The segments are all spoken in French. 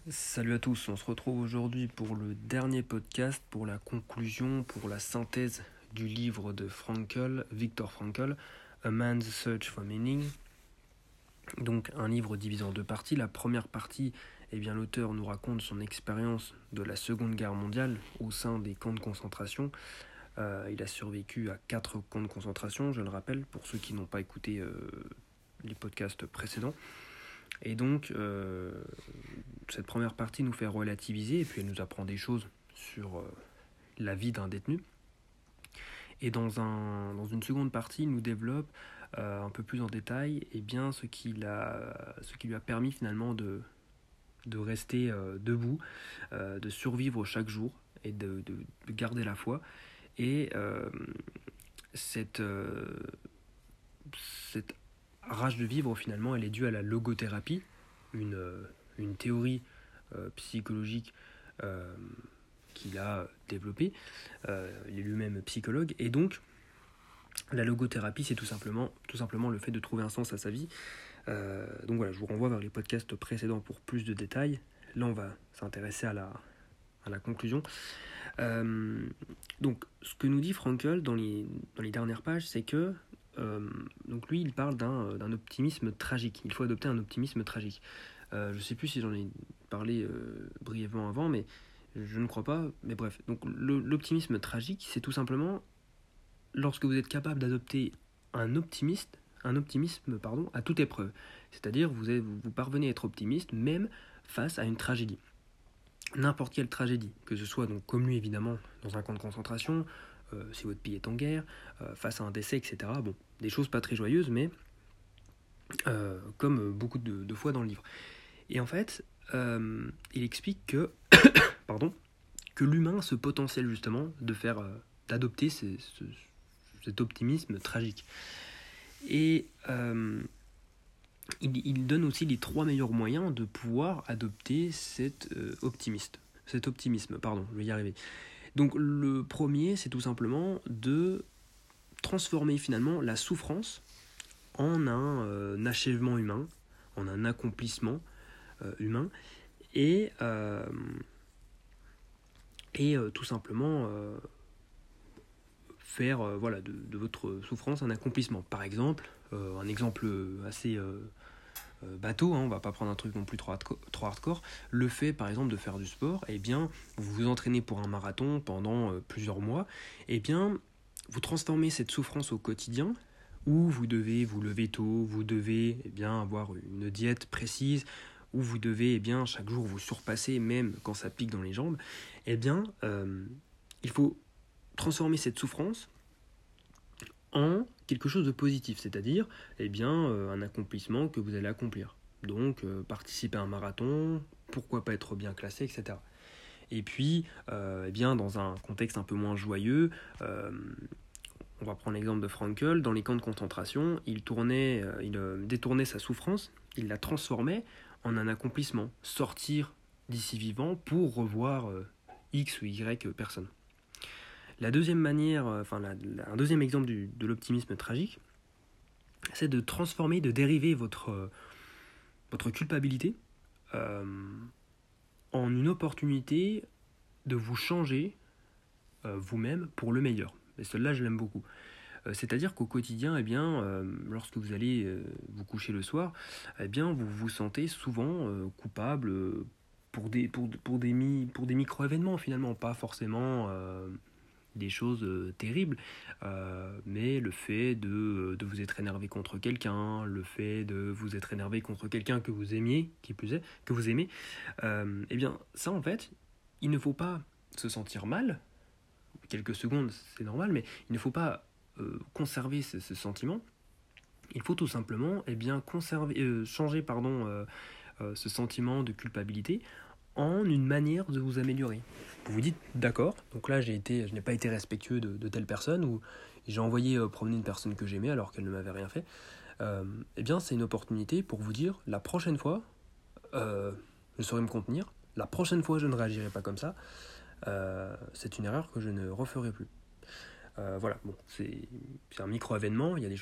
Salut à tous, on se retrouve aujourd'hui pour le dernier podcast, pour la conclusion, pour la synthèse du livre de Viktor Frankl, A Man's Search for Meaning. Donc un livre divisé en deux parties. La première partie, l'auteur nous raconte son expérience de la Seconde Guerre mondiale au sein des camps de concentration. Il a survécu à 4 camps de concentration, je le rappelle, pour ceux qui n'ont pas écouté les podcasts précédents. Et donc, cette première partie nous fait relativiser et puis elle nous apprend des choses sur la vie d'un détenu. Et dans une seconde partie, il nous développe un peu plus en détail ce qui lui a permis finalement de rester debout, de survivre chaque jour et de garder la foi. Et cette rage de vivre, finalement, elle est due à la logothérapie, une théorie psychologique qu'il a développée. Il est lui-même psychologue. Et donc, la logothérapie, c'est tout simplement le fait de trouver un sens à sa vie. Donc voilà, je vous renvoie vers les podcasts précédents pour plus de détails. Là, on va s'intéresser à la conclusion. Donc, ce que nous dit Frankl dans les dernières pages, c'est que donc lui, il parle d'un optimisme tragique. Il faut adopter un optimisme tragique. Je ne sais plus si j'en ai parlé brièvement avant, mais je ne crois pas. Mais bref, donc l'optimisme tragique, c'est tout simplement lorsque vous êtes capable d'adopter un optimisme à toute épreuve. C'est-à-dire vous parvenez à être optimiste même face à une tragédie. N'importe quelle tragédie, que ce soit donc comme lui évidemment dans un camp de concentration, si votre pays est en guerre, face à un décès, etc. Bon, des choses pas très joyeuses, mais comme beaucoup de fois dans le livre. Et en fait, il explique que, que l'humain a ce potentiel justement d'adopter cet optimisme tragique. Et il donne aussi les 3 meilleurs moyens de pouvoir adopter cet optimisme, je vais y arriver. Donc le premier, c'est tout simplement de transformer finalement la souffrance en un achèvement humain, en un accomplissement humain, et tout simplement faire de votre souffrance un accomplissement. Par exemple, un exemple assez bateau, on va pas prendre un truc non plus trop hardcore, le fait par exemple de faire du sport, vous vous entraînez pour un marathon pendant plusieurs mois, vous transformez cette souffrance au quotidien, où vous devez vous lever tôt, vous devez avoir une diète précise, où vous devez chaque jour vous surpasser, même quand ça pique dans les jambes, il faut transformer cette souffrance en quelque chose de positif, c'est-à-dire un accomplissement que vous allez accomplir. Donc participer à un marathon, pourquoi pas être bien classé, etc. Et puis, dans un contexte un peu moins joyeux, on va prendre l'exemple de Frankl, dans les camps de concentration, il détournait sa souffrance, il la transformait en un accomplissement, sortir d'ici vivant pour revoir X ou Y personnes. La deuxième manière, un deuxième exemple de l'optimisme tragique, c'est de transformer, de dériver votre culpabilité en une opportunité de vous changer vous-même pour le meilleur. Et celle-là, je l'aime beaucoup. C'est-à-dire qu'au quotidien, lorsque vous allez vous coucher le soir, vous vous sentez souvent coupable pour des micro-événements finalement, pas forcément des choses terribles, mais le fait de vous être énervé contre quelqu'un, le fait de vous être énervé contre quelqu'un que vous aimiez, que vous aimez, ça en fait, il ne faut pas se sentir mal, quelques secondes c'est normal, mais il ne faut pas conserver ce sentiment. Il faut tout simplement changer ce sentiment de culpabilité en une manière de vous améliorer. Vous vous dites d'accord, donc là je n'ai pas été respectueux de telle personne, ou j'ai envoyé promener une personne que j'aimais alors qu'elle ne m'avait rien fait. C'est une opportunité pour vous dire la prochaine fois je saurai me contenir, la prochaine fois je ne réagirai pas comme ça, c'est une erreur que je ne referai plus. C'est un micro-événement, il y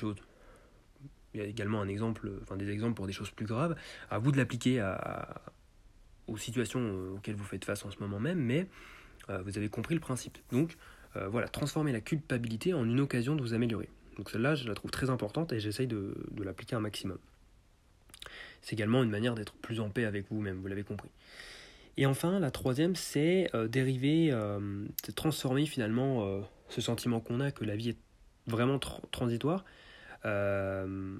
a également des exemples pour des choses plus graves. À vous de l'appliquer aux situations auxquelles vous faites face en ce moment même, mais vous avez compris le principe. Donc voilà, transformer la culpabilité en une occasion de vous améliorer. Donc celle-là, je la trouve très importante et j'essaye de l'appliquer un maximum. C'est également une manière d'être plus en paix avec vous-même, vous l'avez compris. Et enfin, la troisième, c'est c'est transformer finalement ce sentiment qu'on a que la vie est vraiment transitoire euh,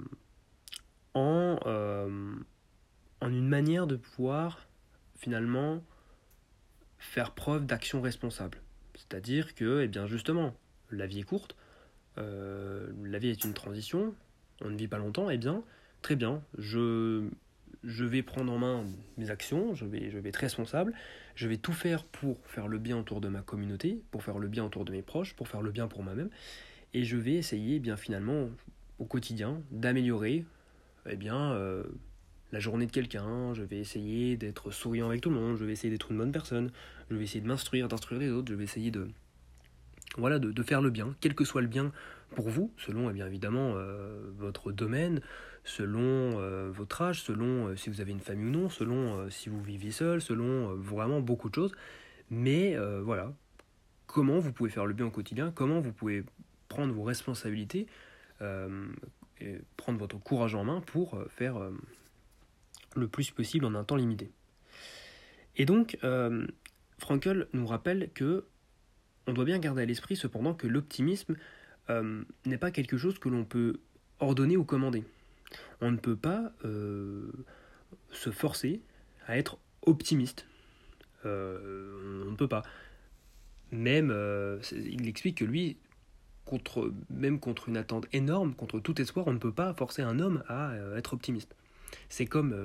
en une manière de pouvoir finalement faire preuve d'action responsable. C'est-à-dire que, eh bien justement, la vie est courte, la vie est une transition, on ne vit pas longtemps, eh bien, très bien, je vais prendre en main mes actions, je vais être responsable, je vais tout faire pour faire le bien autour de ma communauté, pour faire le bien autour de mes proches, pour faire le bien pour moi-même, et je vais essayer, eh bien finalement, au quotidien, d'améliorer eh bien, la journée de quelqu'un, je vais essayer d'être souriant avec tout le monde, je vais essayer d'être une bonne personne, je vais essayer de m'instruire, d'instruire les autres, je vais essayer de faire le bien, quel que soit le bien pour vous, selon bien évidemment votre domaine, selon votre âge, selon si vous avez une famille ou non, selon si vous vivez seul, selon vraiment beaucoup de choses. Mais voilà, comment vous pouvez faire le bien au quotidien, comment vous pouvez prendre vos responsabilités, et prendre votre courage en main pour faire le plus possible en un temps limité. Et donc, Frankl nous rappelle que on doit bien garder à l'esprit cependant que l'optimisme n'est pas quelque chose que l'on peut ordonner ou commander. On ne peut pas se forcer à être optimiste. On ne peut pas. Même, il explique que lui, même contre une attente énorme, contre tout espoir, on ne peut pas forcer un homme à être optimiste. C'est comme,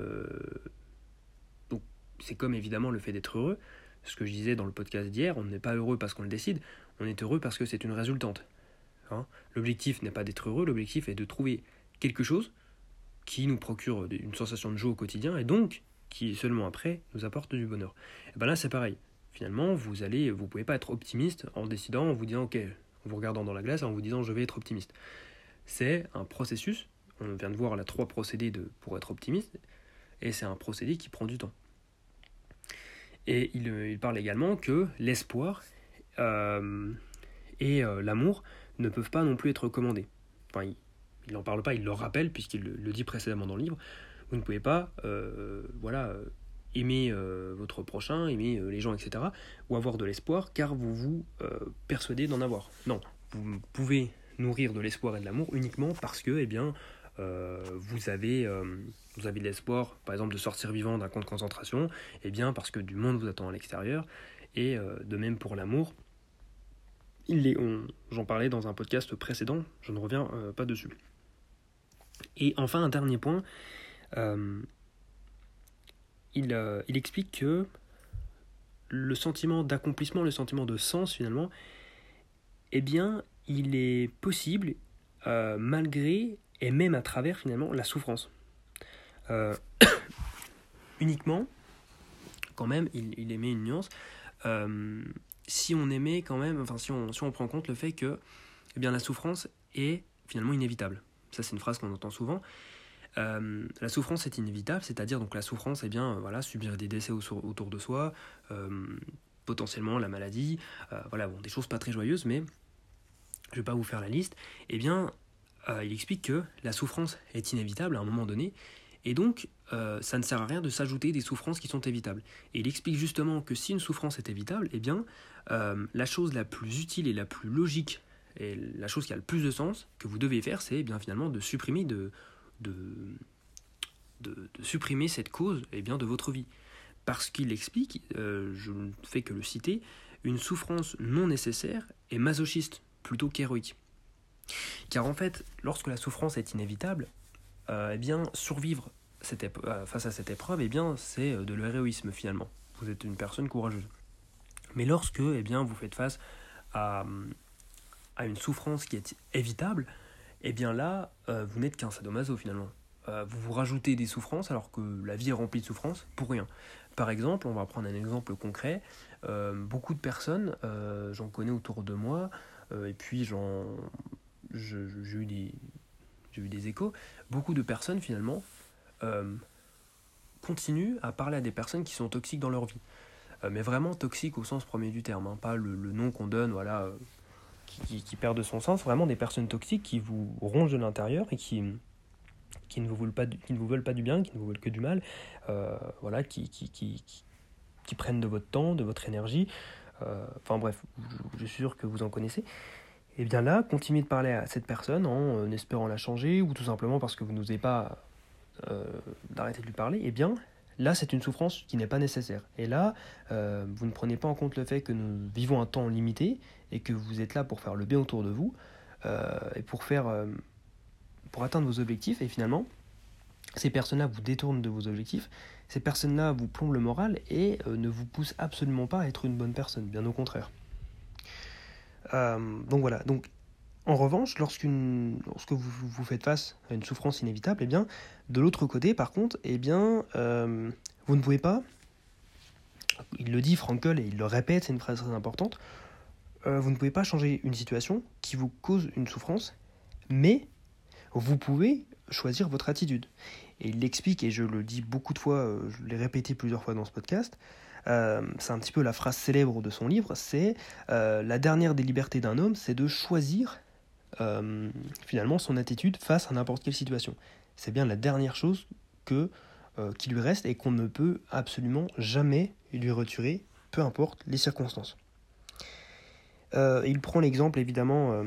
c'est comme évidemment le fait d'être heureux. Ce que je disais dans le podcast d'hier, on n'est pas heureux parce qu'on le décide, on est heureux parce que c'est une résultante. Hein. L'objectif n'est pas d'être heureux, l'objectif est de trouver quelque chose qui nous procure une sensation de joie au quotidien et donc qui seulement après nous apporte du bonheur. Et ben là c'est pareil. Finalement, vous pouvez pas être optimiste en décidant, en vous disant ok, en vous regardant dans la glace, en vous disant je vais être optimiste. C'est un processus. On vient de voir là 3 procédés pour être optimiste et c'est un procédé qui prend du temps. Et il parle également que l'espoir et l'amour ne peuvent pas non plus être commandés. Enfin, il n'en parle pas, il le rappelle, puisqu'il le dit précédemment dans le livre. Vous ne pouvez pas aimer votre prochain, aimer les gens, etc., ou avoir de l'espoir, car vous vous persuadez d'en avoir. Non, vous pouvez nourrir de l'espoir et de l'amour uniquement parce que, eh bien, vous avez de l'espoir, par exemple, de sortir vivant d'un camp de concentration, eh bien, parce que du monde vous attend à l'extérieur, et de même pour l'amour. J'en parlais dans un podcast précédent, je ne reviens pas dessus. Et enfin, un dernier point, il explique que le sentiment d'accomplissement, le sentiment de sens finalement, eh bien, il est possible malgré et même à travers finalement la souffrance. Uniquement, quand même, il émet une nuance. Si on aimait quand même, enfin si on prend en compte le fait que eh bien, la souffrance est finalement inévitable. Ça c'est une phrase qu'on entend souvent. La souffrance est inévitable, c'est-à-dire donc la souffrance, eh bien, voilà, subir des décès autour de soi, potentiellement la maladie, voilà, bon, des choses pas très joyeuses, mais je vais pas vous faire la liste. Eh bien, il explique que la souffrance est inévitable à un moment donné, et donc ça ne sert à rien de s'ajouter des souffrances qui sont évitables. Et il explique justement que si une souffrance est évitable, eh bien, la chose la plus utile et la plus logique, et la chose qui a le plus de sens que vous devez faire, c'est eh bien finalement de supprimer de supprimer cette cause eh bien, de votre vie. Parce qu'il explique, je ne fais que le citer, une souffrance non nécessaire est masochiste plutôt qu'héroïque. Car en fait, lorsque la souffrance est inévitable, eh bien, survivre face à cette épreuve, eh bien, c'est de l'héroïsme finalement. Vous êtes une personne courageuse. Mais lorsque eh bien, vous faites face à une souffrance qui est évitable, eh bien là, vous n'êtes qu'un sadomaso finalement. Vous vous rajoutez des souffrances alors que la vie est remplie de souffrances pour rien. Par exemple, on va prendre un exemple concret. Beaucoup de personnes, j'en connais autour de moi, et puis j'ai eu des échos. Beaucoup de personnes finalement continuent à parler à des personnes qui sont toxiques dans leur vie. Mais vraiment toxiques au sens premier du terme, pas le nom qu'on donne, qui perd de son sens. Vraiment des personnes toxiques qui vous rongent de l'intérieur et qui ne vous veulent pas du bien, qui ne vous veulent que du mal, qui prennent de votre temps, de votre énergie. Bref, je suis sûr que vous en connaissez. Et bien là, continuez de parler à cette personne en espérant la changer, ou tout simplement parce que vous n'osez pas d'arrêter de lui parler. Et bien là, c'est une souffrance qui n'est pas nécessaire. Et là, vous ne prenez pas en compte le fait que nous vivons un temps limité et que vous êtes là pour faire le bien autour de vous et pour atteindre vos objectifs. Et finalement, ces personnes-là vous détournent de vos objectifs. Ces personnes-là vous plombent le moral et ne vous poussent absolument pas à être une bonne personne, bien au contraire. Donc voilà. Donc, en revanche, lorsque vous faites face à une souffrance inévitable, de l'autre côté, par contre, vous ne pouvez pas, il le dit Frankl et il le répète, c'est une phrase très importante, vous ne pouvez pas changer une situation qui vous cause une souffrance, mais vous pouvez choisir votre attitude. Et il l'explique, et je le dis beaucoup de fois, je l'ai répété plusieurs fois dans ce podcast, c'est un petit peu la phrase célèbre de son livre, c'est la dernière des libertés d'un homme, c'est de choisir finalement son attitude face à n'importe quelle situation. C'est bien la dernière chose qui lui reste et qu'on ne peut absolument jamais lui retirer, peu importe les circonstances. Il prend l'exemple évidemment...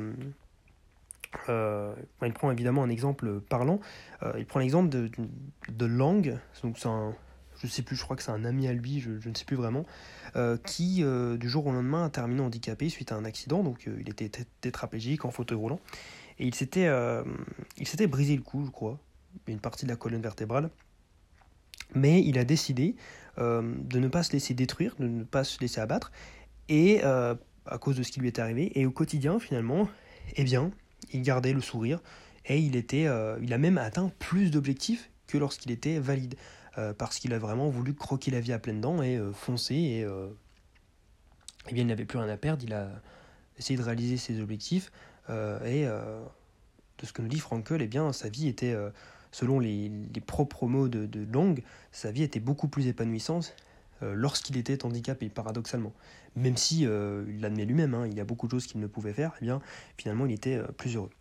il prend évidemment un exemple parlant. Il prend l'exemple de Lang, donc je sais plus, je crois que c'est un ami à lui, je ne sais plus vraiment, qui du jour au lendemain a terminé handicapé suite à un accident. Donc il était tétraplégique, en fauteuil roulant, et il s'était brisé le cou, je crois, une partie de la colonne vertébrale. Mais il a décidé de ne pas se laisser détruire, de ne pas se laisser abattre, et à cause de ce qui lui était arrivé, et au quotidien finalement, il gardait le sourire et il a même atteint plus d'objectifs que lorsqu'il était valide, parce qu'il a vraiment voulu croquer la vie à pleines dents et foncer, et il n'avait plus rien à perdre. Il a essayé de réaliser ses objectifs de ce que nous dit Frankl, sa vie était, selon les propres mots de Lang, sa vie était beaucoup plus épanouissante lorsqu'il était handicapé, paradoxalement. Même si il l'admet lui-même, il y a beaucoup de choses qu'il ne pouvait faire, finalement il était plus heureux.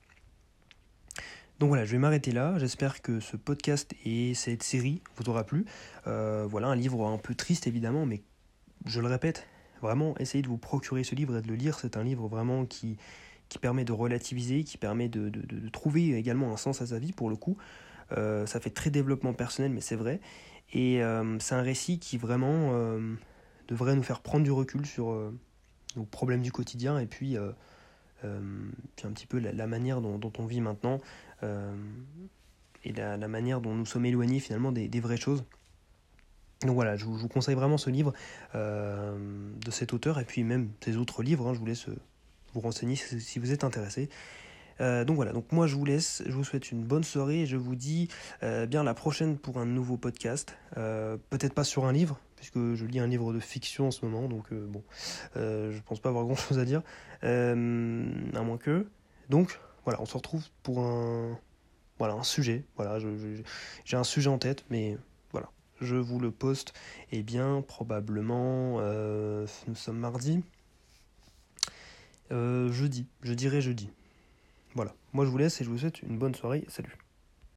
Donc voilà, je vais m'arrêter là. J'espère que ce podcast et cette série vous aura plu. Un livre un peu triste évidemment, mais je le répète, vraiment essayez de vous procurer ce livre et de le lire. C'est un livre vraiment qui permet de relativiser, qui permet de trouver également un sens à sa vie pour le coup. Ça fait très développement personnel, mais c'est vrai. Et c'est un récit qui vraiment devrait nous faire prendre du recul sur nos problèmes du quotidien et puis un petit peu la manière dont on vit maintenant et la manière dont nous sommes éloignés finalement des vraies choses. Donc voilà, je vous conseille vraiment ce livre de cet auteur et puis même ses autres livres, je vous laisse vous renseigner si vous êtes intéressé. Donc voilà, donc moi je vous laisse, je vous souhaite une bonne soirée et je vous dis bien la prochaine pour un nouveau podcast, peut-être pas sur un livre, puisque je lis un livre de fiction en ce moment, donc je pense pas avoir grand chose à dire, à moins que. Donc voilà, on se retrouve pour un sujet, j'ai un sujet en tête, mais voilà, je vous le poste, probablement, nous sommes mardi, je dirai jeudi. Voilà, moi je vous laisse et je vous souhaite une bonne soirée, salut.